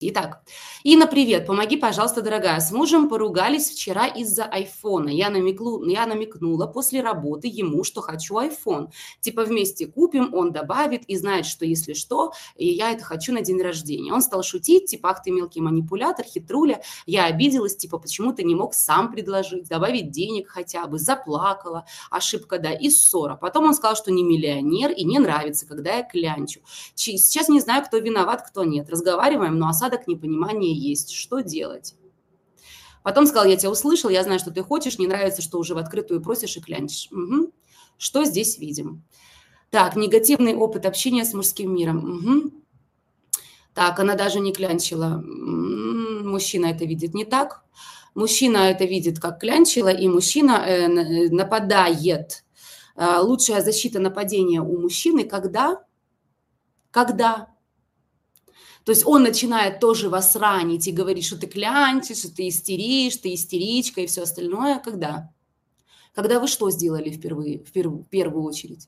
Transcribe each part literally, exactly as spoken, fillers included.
Итак, Инна, привет. Помоги, пожалуйста, дорогая. С мужем поругались вчера из-за айфона. Я, намекну, я намекнула после работы ему, что хочу айфон. Типа вместе купим, он добавит и знает, что если что, и я это хочу на день рождения. Он стал шутить, типа, ах ты мелкий манипулятор, хитруля. Я обиделась, типа, почему ты не мог сам предложить, добавить денег хотя бы. Заплакала. Ошибка, да, и ссора. Потом он сказал, что не миллионер и не нравится, когда я клянчу. Сейчас не знаю, кто виноват, кто нет. Разговариваем, но осадок непонимания есть. Что делать? Потом сказал, я тебя услышал, я знаю, что ты хочешь, не нравится, что уже в открытую просишь и клянчишь. Угу. Что здесь видим? Так, негативный опыт общения с мужским миром. Угу. Так, она даже не клянчила. Мужчина это видит не так. Мужчина это видит как клянчила, и мужчина э, нападает. Лучшая защита нападения у мужчины, когда... Когда... То есть он начинает тоже вас ранить и говорить, что ты клянчишь, что ты истеришь, ты истеричка и все остальное. Когда? Когда вы что сделали впервые, в первую, в первую очередь?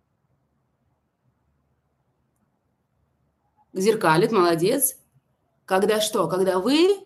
Зеркалит, молодец. Когда что? Когда вы...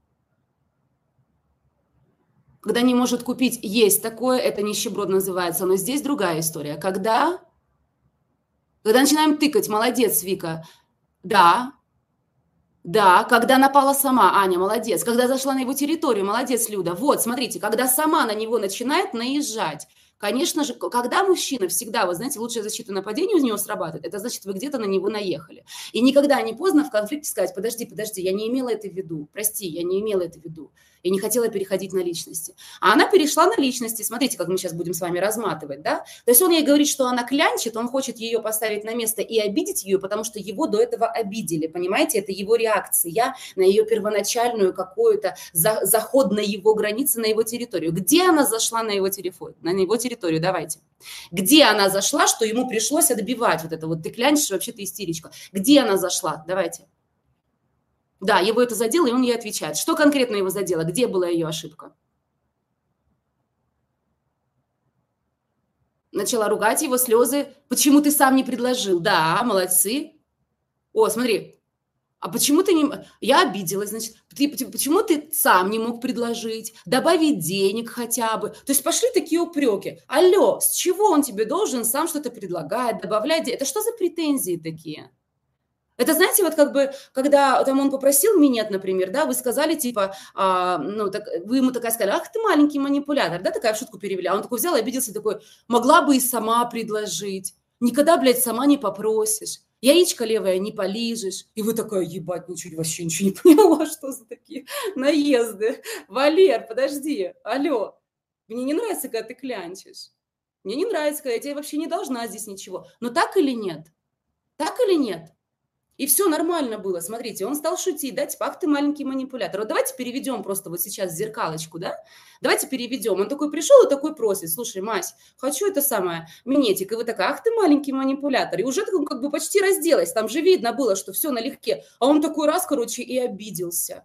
Когда не может купить, есть такое, это нищеброд называется, но здесь другая история. Когда... Когда начинаем тыкать, молодец, Вика. Да. Да, когда напала сама, Аня, молодец. Когда зашла на его территорию, молодец, Люда. Вот, смотрите, когда сама на него начинает наезжать. Конечно же, когда мужчина всегда, вы знаете, лучшая защита нападения у него срабатывает, это значит, вы где-то на него наехали. И никогда не поздно в конфликте сказать, подожди, подожди, я не имела это в виду, прости, я не имела это в виду. Я не хотела переходить на личности. А она перешла на личности. Смотрите, как мы сейчас будем с вами разматывать, да? То есть он ей говорит, что она клянчит, он хочет ее поставить на место и обидеть ее, потому что его до этого обидели, понимаете? Это его реакция на ее первоначальную какую-то за, заход на его границы, на его территорию. Где она зашла на его, телефон, на его территорию? Давайте. Где она зашла, что ему пришлось отбивать вот это вот ты клянчишь, вообще ты истеричка. Где она зашла? Давайте. Да, его это задело, и он ей отвечает. Что конкретно его задело? Где была ее ошибка? Начала ругать его, слезы. Почему ты сам не предложил? Да, молодцы. О, смотри. А почему ты не... Я обиделась, значит. Ты, почему ты сам не мог предложить? Добавить денег хотя бы. То есть пошли такие упреки. Алло, с чего он тебе должен сам что-то предлагать, добавлять? Это что за претензии такие? Это, знаете, вот как бы, когда там он попросил минет, например, да, вы сказали, типа, а, ну, так, вы ему такая сказали, ах, ты маленький манипулятор, да, такая в шутку перевели. А он такой взял и обиделся, такой, могла бы и сама предложить. Никогда, блядь, сама не попросишь. Яичко левое не полижешь. И вы такая, ебать, ничего, вообще ничего не поняла, что за такие наезды. Валер, подожди, алло. Мне не нравится, когда ты клянчишь. Мне не нравится, когда я тебе вообще не должна здесь ничего. Но так или нет? Так или нет? И все нормально было. Смотрите, он стал шутить, да, типа, ах ты маленький манипулятор. Вот давайте переведем просто вот сейчас зеркалочку, да? Давайте переведем. Он такой пришел и такой просит, слушай, Мась, хочу это самое, минетик. И вы такая, ах ты маленький манипулятор. И уже как бы почти разделась. Там же видно было, что все налегке. А он такой раз, короче, и обиделся.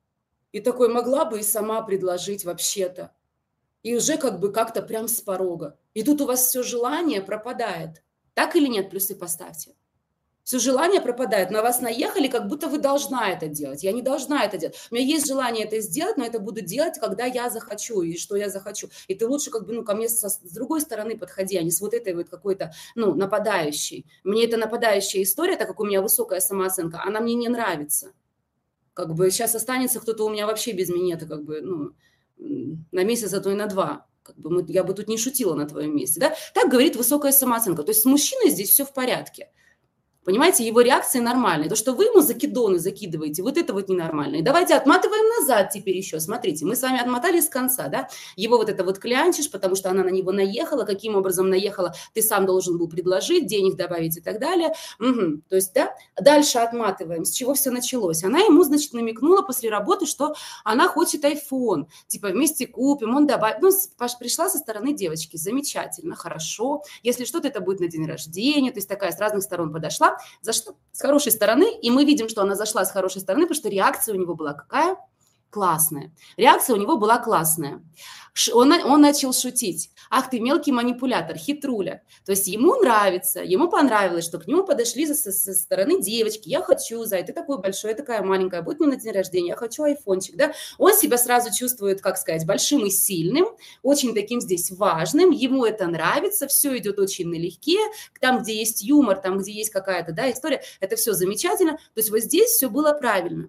И такой, могла бы и сама предложить вообще-то. И уже как бы как-то прям с порога. И тут у вас все желание пропадает. Так или нет? Плюсы поставьте. Все желание пропадает, на вас наехали, как будто вы должна это делать. Я не должна это делать. У меня есть желание это сделать, но это буду делать, когда я захочу, и что я захочу. И ты лучше как бы, ну, ко мне со, с другой стороны подходи, а не с вот этой вот какой-то, ну, нападающей. Мне эта нападающая история, так как у меня высокая самооценка, она мне не нравится. Как бы сейчас останется кто-то у меня вообще без минета, как бы, ну, на месяц, а то и на два. Как бы мы, я бы тут не шутила на твоем месте, да? Так говорит высокая самооценка. То есть с мужчиной здесь все в порядке. Понимаете, его реакции нормальные. То, что вы ему закидоны закидываете, вот это вот ненормально. И давайте отматываем назад теперь еще. Смотрите, мы с вами отмотали с конца, да? Его вот это вот клянчишь, потому что она на него наехала. Каким образом наехала? Ты сам должен был предложить, денег добавить и так далее. Угу. То есть, да, дальше отматываем. С чего все началось? Она ему, значит, намекнула после работы, что она хочет айфон. Типа, вместе купим, он добавит. Ну, пришла со стороны девочки. Замечательно, хорошо. Если что-то, это будет на день рождения. То есть, такая с разных сторон подошла. Зашла с хорошей стороны, и мы видим, что она зашла с хорошей стороны, потому что реакция у него была какая? классная. Реакция у него была классная. Он, он начал шутить. Ах ты мелкий манипулятор, хитруля. То есть ему нравится, ему понравилось, что к нему подошли со, со стороны девочки. Я хочу, Зай, ты такой большой, я такая маленькая, будет мне на день рождения, я хочу айфончик. Да? Он себя сразу чувствует, как сказать, большим и сильным, очень таким здесь важным. Ему это нравится, все идет очень налегке. Там, где есть юмор, там, где есть какая-то да, история, это все замечательно. То есть вот здесь все было правильно.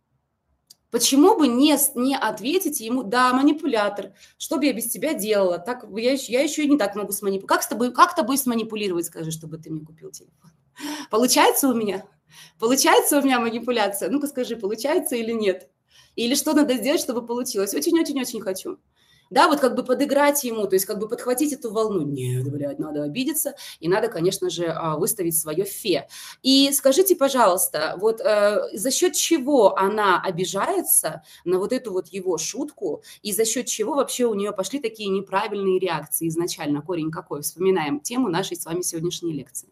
Почему бы не, не ответить ему, да, манипулятор, что бы я без тебя делала? Так, я, я еще и не так могу сманипулировать. Как с тобой, как тобой сманипулировать, скажи, чтобы ты мне купил телефон? Получается у меня? Получается у меня манипуляция? Ну-ка скажи, получается или нет? Или что надо сделать, чтобы получилось? Очень-очень-очень хочу. Да, вот как бы подыграть ему, то есть как бы подхватить эту волну. Нет, блядь, надо обидеться, и надо, конечно же, выставить свое фе. И скажите, пожалуйста, вот э, за счет чего она обижается на вот эту вот его шутку, и за счет чего вообще у нее пошли такие неправильные реакции изначально? Корень какой? Вспоминаем тему нашей с вами сегодняшней лекции.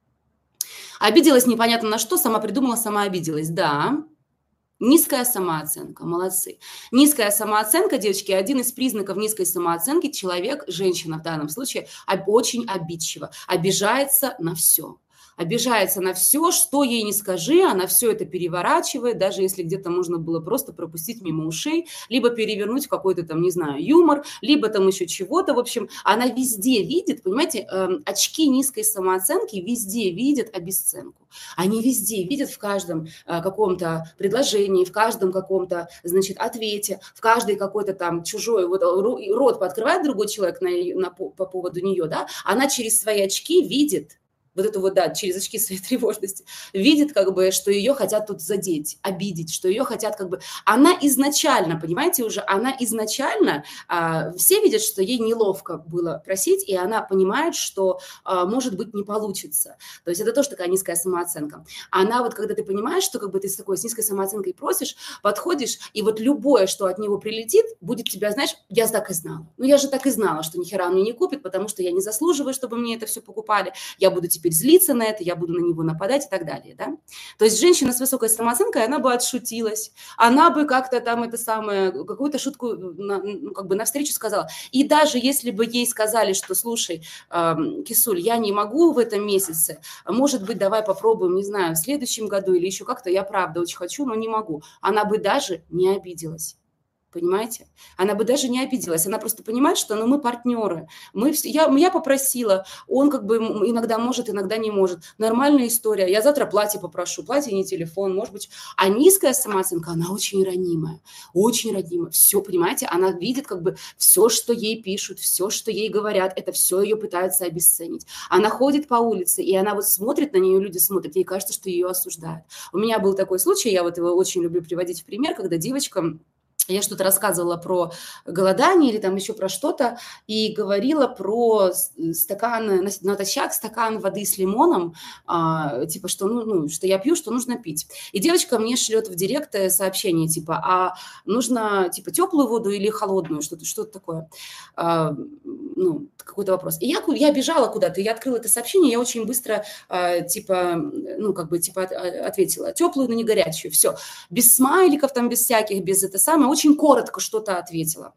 Обиделась непонятно на что, сама придумала, сама обиделась. Да. Низкая самооценка, молодцы. Низкая самооценка, девочки, один из признаков низкой самооценки – человек, женщина в данном случае, очень обидчива, обижается на все. Обижается на все, что ей не скажи, она все это переворачивает, даже если где-то можно было просто пропустить мимо ушей, либо перевернуть в какой-то там, не знаю, юмор, либо там еще чего-то. В общем, она везде видит, понимаете, э, очки низкой самооценки везде видят обесценку. Они везде видят в каждом э, каком-то предложении, в каждом каком-то, значит, ответе, в каждой какой-то там чужой, вот рот пооткрывает другой человек на, на, по, по поводу нее, да, она через свои очки видит, вот это вот, да, через очки своей тревожности, видит, как бы, что ее хотят тут задеть, обидеть, что ее хотят, как бы, она изначально, понимаете, уже, она изначально, а, все видят, что ей неловко было просить, и она понимает, что, а, может быть, не получится. То есть это тоже такая низкая самооценка. Она вот, когда ты понимаешь, что, как бы, ты с такой с низкой самооценкой просишь, подходишь, и вот любое, что от него прилетит, будет тебя, знаешь, я так и знала. Ну, я же так и знала, что ни хера он мне не купит, потому что я не заслуживаю, чтобы мне это все покупали, я буду теперь злиться на это, я буду на него нападать и так далее, да. То есть женщина с высокой самооценкой, она бы отшутилась, она бы как-то там это самое, какую-то шутку на, ну, как бы навстречу сказала. И даже если бы ей сказали, что, слушай, э, Кисуль, я не могу в этом месяце, может быть, давай попробуем, не знаю, в следующем году или еще как-то, я правда очень хочу, но не могу, она бы даже не обиделась. Понимаете? Она бы даже не обиделась. Она просто понимает, что ну, мы партнеры. Мы, я, я попросила, он как бы иногда может, иногда не может. Нормальная история. Я завтра платье попрошу. Платье не телефон, может быть. А низкая самооценка, она очень ранимая. Очень ранимая. Все, понимаете? Она видит как бы все, что ей пишут, все, что ей говорят. Это все ее пытаются обесценить. Она ходит по улице, и она вот смотрит на нее, люди смотрят, ей кажется, что ее осуждают. У меня был такой случай, я вот его очень люблю приводить в пример, когда девочка... Я что-то рассказывала про голодание или там еще про что-то и говорила про стакан, натощак стакан воды с лимоном, а, типа, что, ну, ну, что я пью, что нужно пить. И девочка мне шлет в директ сообщение, типа, а нужно, типа, теплую воду или холодную, что-то, что-то такое, а, ну, какой-то вопрос. И я, я бежала куда-то, я открыла это сообщение, я очень быстро, а, типа, ну, как бы, типа, ответила, теплую, но не горячую, все, без смайликов там, без всяких, без это самое, очень коротко что-то ответила.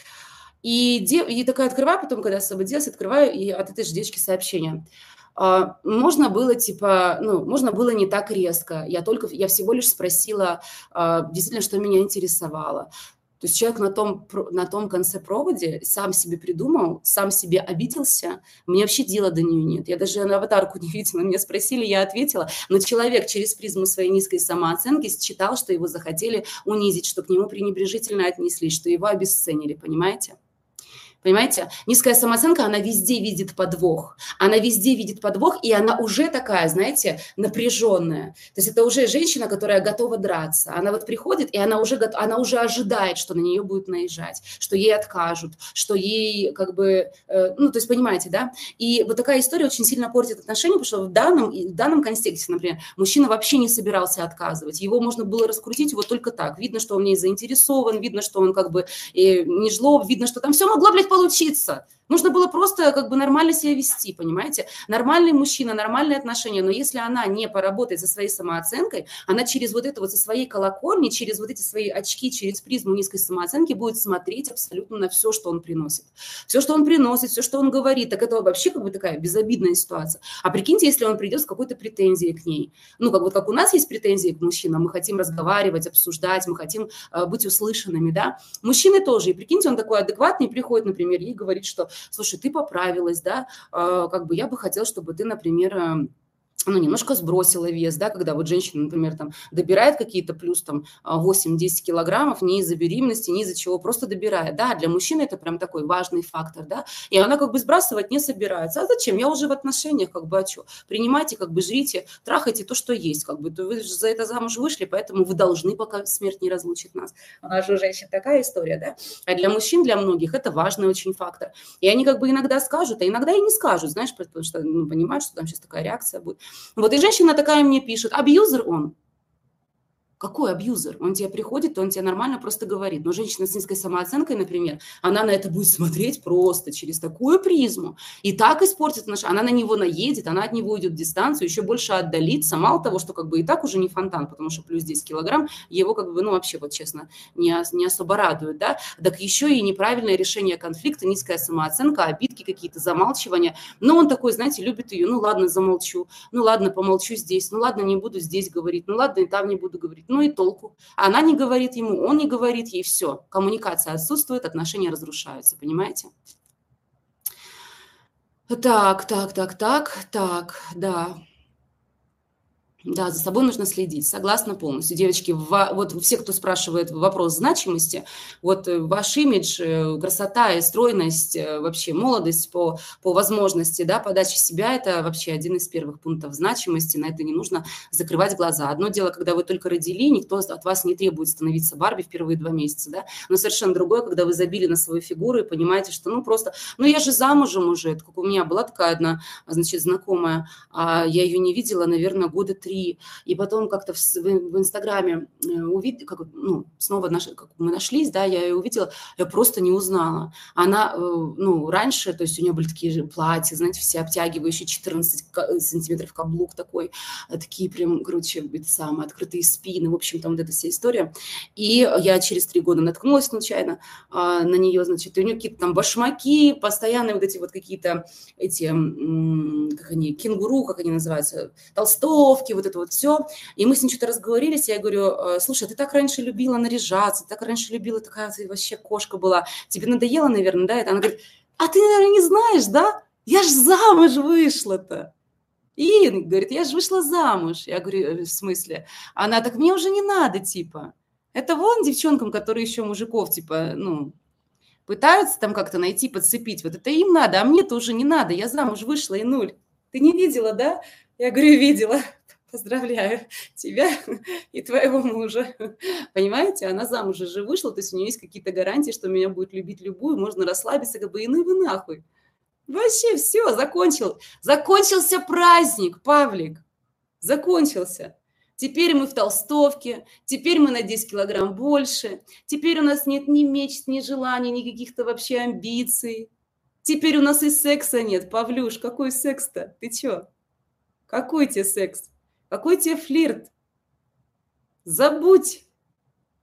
И, дев... и такая открываю, потом, когда освободилась, открываю, и от этой же девочки сообщение. А, можно было, типа, ну, можно было не так резко. Я только, я всего лишь спросила, а, действительно, что меня интересовало. То есть человек на том, на том конце провода сам себе придумал, сам себе обиделся. Мне вообще дела до нее нет. Я даже на аватарку не видела. Меня спросили, я ответила. Но человек через призму своей низкой самооценки считал, что его захотели унизить, что к нему пренебрежительно отнеслись, что его обесценили. Понимаете? Понимаете? Низкая самооценка, она везде видит подвох. Она везде видит подвох, и она уже такая, знаете, напряженная. То есть это уже женщина, которая готова драться. Она вот приходит, и она уже, она уже ожидает, что на нее будут наезжать, что ей откажут, что ей как бы... Э, ну, то есть понимаете, да? И вот такая история очень сильно портит отношения, потому что в данном, в данном контексте, например, мужчина вообще не собирался отказывать. Его можно было раскрутить вот только так. Видно, что он в ней заинтересован, видно, что он как бы э, не жлоб, видно, что там все могло, блядь, получиться. Нужно было просто как бы нормально себя вести, понимаете? Нормальный мужчина, нормальные отношения, но если она не поработает со своей самооценкой, она через вот это вот, со своей колокольни, через вот эти свои очки, через призму низкой самооценки будет смотреть абсолютно на все, что он приносит. Все, что он приносит, все, что он говорит, так это вообще как бы такая безобидная ситуация. А прикиньте, если он придет с какой-то претензией к ней. Ну, как вот как у нас есть претензии к мужчинам, мы хотим разговаривать, обсуждать, мы хотим э, быть услышанными, да? Мужчины тоже. И прикиньте, он такой адекватный, приходит, например, и говорит, что слушай, ты поправилась, да, э, как бы я бы хотела, чтобы ты, например, э, ну, немножко сбросила вес, да, когда вот женщина, например, там, добирает какие-то плюс там восемь-десять килограммов не из-за беременности, не из-за чего, просто добирает, да, для мужчины это прям такой важный фактор, да, и она как бы сбрасывать не собирается. А зачем? Я уже в отношениях, как бы, а что? Принимайте, как бы, жрите, трахайте то, что есть, как бы, вы же за это замуж вышли, поэтому вы должны, пока смерть не разлучит нас. У нас же у женщин такая история, да, а для мужчин, для многих это важный очень фактор. И они как бы иногда скажут, а иногда и не скажут, знаешь, потому что, ну, понимают, что там сейчас такая реакция будет. Вот и женщина такая мне пишет, абьюзер он. Какой абьюзер? Он тебе приходит, он тебе нормально просто говорит. Но женщина с низкой самооценкой, например, она на это будет смотреть просто через такую призму. И так испортит наш... Она на него наедет, она от него уйдет в дистанцию, еще больше отдалится. Мало того, что как бы и так уже не фонтан, потому что плюс десять килограмм его как бы, ну вообще вот честно, не, не особо радует, да. Так еще и неправильное решение конфликта, низкая самооценка, обидки какие-то, замалчивания. Но он такой, знаете, любит ее. Ну ладно, замолчу. Ну ладно, помолчу здесь. Ну ладно, не буду здесь говорить. Ну ладно, и там не буду говорить. Ну и толку. Она не говорит ему, он не говорит ей, все. Коммуникация отсутствует, отношения разрушаются, понимаете? Так, так, так, так, так, да. Да, за собой нужно следить, согласна полностью. Девочки, ва- вот все, кто спрашивает вопрос значимости, вот э, ваш имидж, э, красота и стройность, э, вообще молодость по, по возможности, да, подачи себя, это вообще один из первых пунктов значимости, на это не нужно закрывать глаза. Одно дело, когда вы только родили, никто от вас не требует становиться Барби в первые два месяца, да, но совершенно другое, когда вы забили на свою фигуру и понимаете, что, ну, просто, ну, я же замужем уже, это как у меня была такая одна, значит, знакомая, а я ее не видела, наверное, года три. И потом как-то в, в, в Инстаграме увидела, как, ну, снова наш, как мы нашлись, да, я ее увидела, я просто не узнала. Она, ну, раньше, то есть у нее были такие же платья, знаете, все обтягивающие, четырнадцать сантиметров каблук такой, такие прям, короче, это самые открытые спины, в общем, там вот эта вся история. И я через три года наткнулась случайно а, на нее, значит, и у нее какие-то там башмаки, постоянные вот эти вот какие-то эти, м, как они, кенгуру, как они называются, толстовки, вот это вот все. И мы с ней что-то разговорились, я говорю, слушай, ты так раньше любила наряжаться, ты так раньше любила, такая ты вообще кошка была, тебе надоело, наверное, да? Это она говорит, а ты, наверное, не знаешь, да? Я ж замуж вышла-то. И говорит, я же вышла замуж. Я говорю, в смысле? Она так, мне уже не надо, типа. Это вон девчонкам, которые еще мужиков, типа, ну, пытаются там как-то найти, подцепить. Вот это им надо, а мне-то уже не надо. Я замуж вышла и нуль. Ты не видела, да? Я говорю, видела. Поздравляю тебя и твоего мужа. Понимаете, она замуж уже вышла, то есть у нее есть какие-то гарантии, что меня будет любить любую, можно расслабиться, как бы, и ну вы нахуй. Вообще все, закончил. Закончился праздник, Павлик. Закончился. Теперь мы в толстовке, теперь мы на десять килограмм больше, теперь у нас нет ни мечт, ни желаний, ни каких-то вообще амбиций. Теперь у нас и секса нет. Павлюш, какой секс-то? Ты чё? Какой тебе секс? Какой тебе флирт? Забудь.